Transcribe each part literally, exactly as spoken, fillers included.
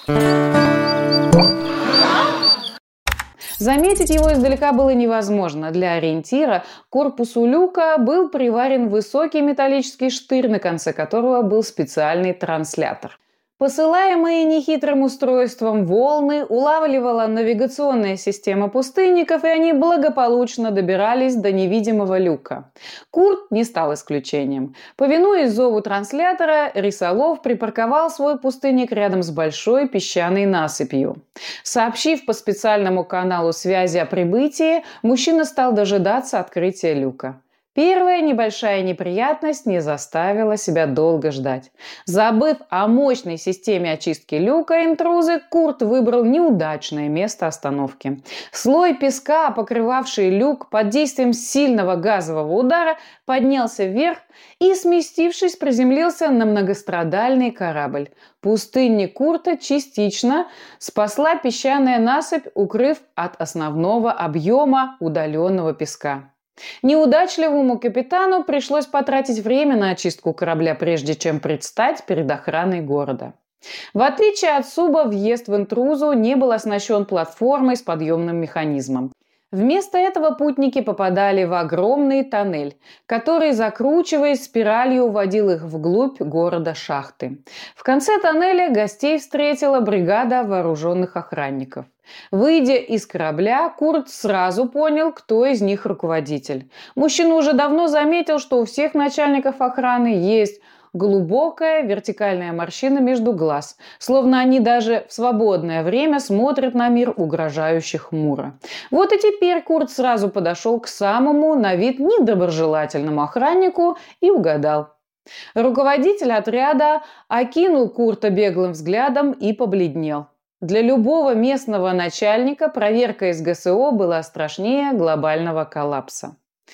Заметить его издалека было невозможно. Для ориентира к корпусу люка был приварен высокий металлический штырь, на конце которого был специальный транслятор. Посылаемые нехитрым устройством волны улавливала навигационная система пустынников, и они благополучно добирались до невидимого люка. Курт не стал исключением. Повинуясь зову транслятора, Рисолов припарковал свой пустынник рядом с большой песчаной насыпью. Сообщив по специальному каналу связи о прибытии, мужчина стал дожидаться открытия люка. Первая небольшая неприятность не заставила себя долго ждать. Забыв о мощной системе очистки люка интрузы, Курт выбрал неудачное место остановки. Слой песка, покрывавший люк под действием сильного газового удара, поднялся вверх и, сместившись, приземлился на многострадальный корабль. Пустынник Курта частично спасла песчаная насыпь, укрыв от основного объема удаленного песка. Неудачливому капитану пришлось потратить время на очистку корабля, прежде чем предстать перед охраной города. В отличие от Суба, въезд в интрузу не был оснащен платформой с подъемным механизмом. Вместо этого путники попадали в огромный тоннель, который, закручиваясь спиралью, уводил их вглубь города шахты. В конце тоннеля гостей встретила бригада вооруженных охранников. Выйдя из корабля, Курт сразу понял, кто из них руководитель. Мужчина уже давно заметил, что у всех начальников охраны есть глубокая вертикальная морщина между глаз, словно они даже в свободное время смотрят на мир угрожающе хмуро. Вот и теперь Курт сразу подошел к самому на вид недоброжелательному охраннику и угадал. Руководитель отряда окинул Курта беглым взглядом и побледнел. Для любого местного начальника проверка из ГСО была страшнее глобального коллапса.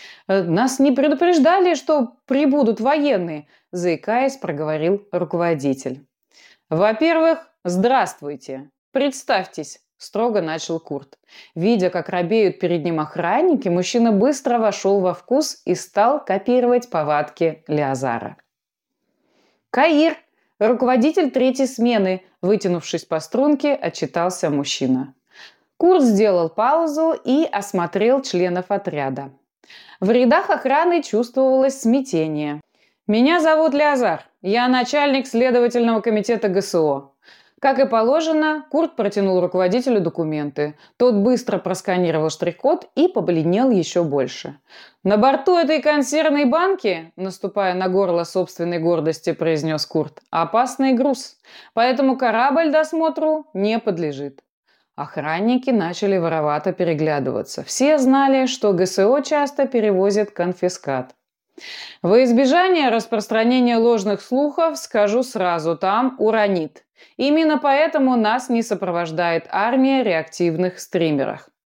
«Нас не предупреждали, что прибудут военные», – заикаясь, проговорил руководитель. «Во-первых, здравствуйте. Представьтесь», – строго начал Курт. Видя, как робеют перед ним охранники, мужчина быстро вошел во вкус и стал копировать повадки Леозара. «Каир, руководитель третьей смены», – вытянувшись по струнке, отчитался мужчина. Курт сделал паузу и осмотрел членов отряда. В рядах охраны чувствовалось смятение. «Меня зовут Леозар. Я начальник следовательного комитета ГСО». Как и положено, Курт протянул руководителю документы. Тот быстро просканировал штрих-код и побледнел еще больше. «На борту этой консервной банки, наступая на горло собственной гордости, произнес Курт, опасный груз, поэтому корабль досмотру не подлежит». Охранники начали воровато переглядываться. Все знали, что ГСО часто перевозят конфискат. «Во избежание распространения ложных слухов скажу сразу, там уранит. Именно поэтому нас не сопровождает армия реактивных стримеров.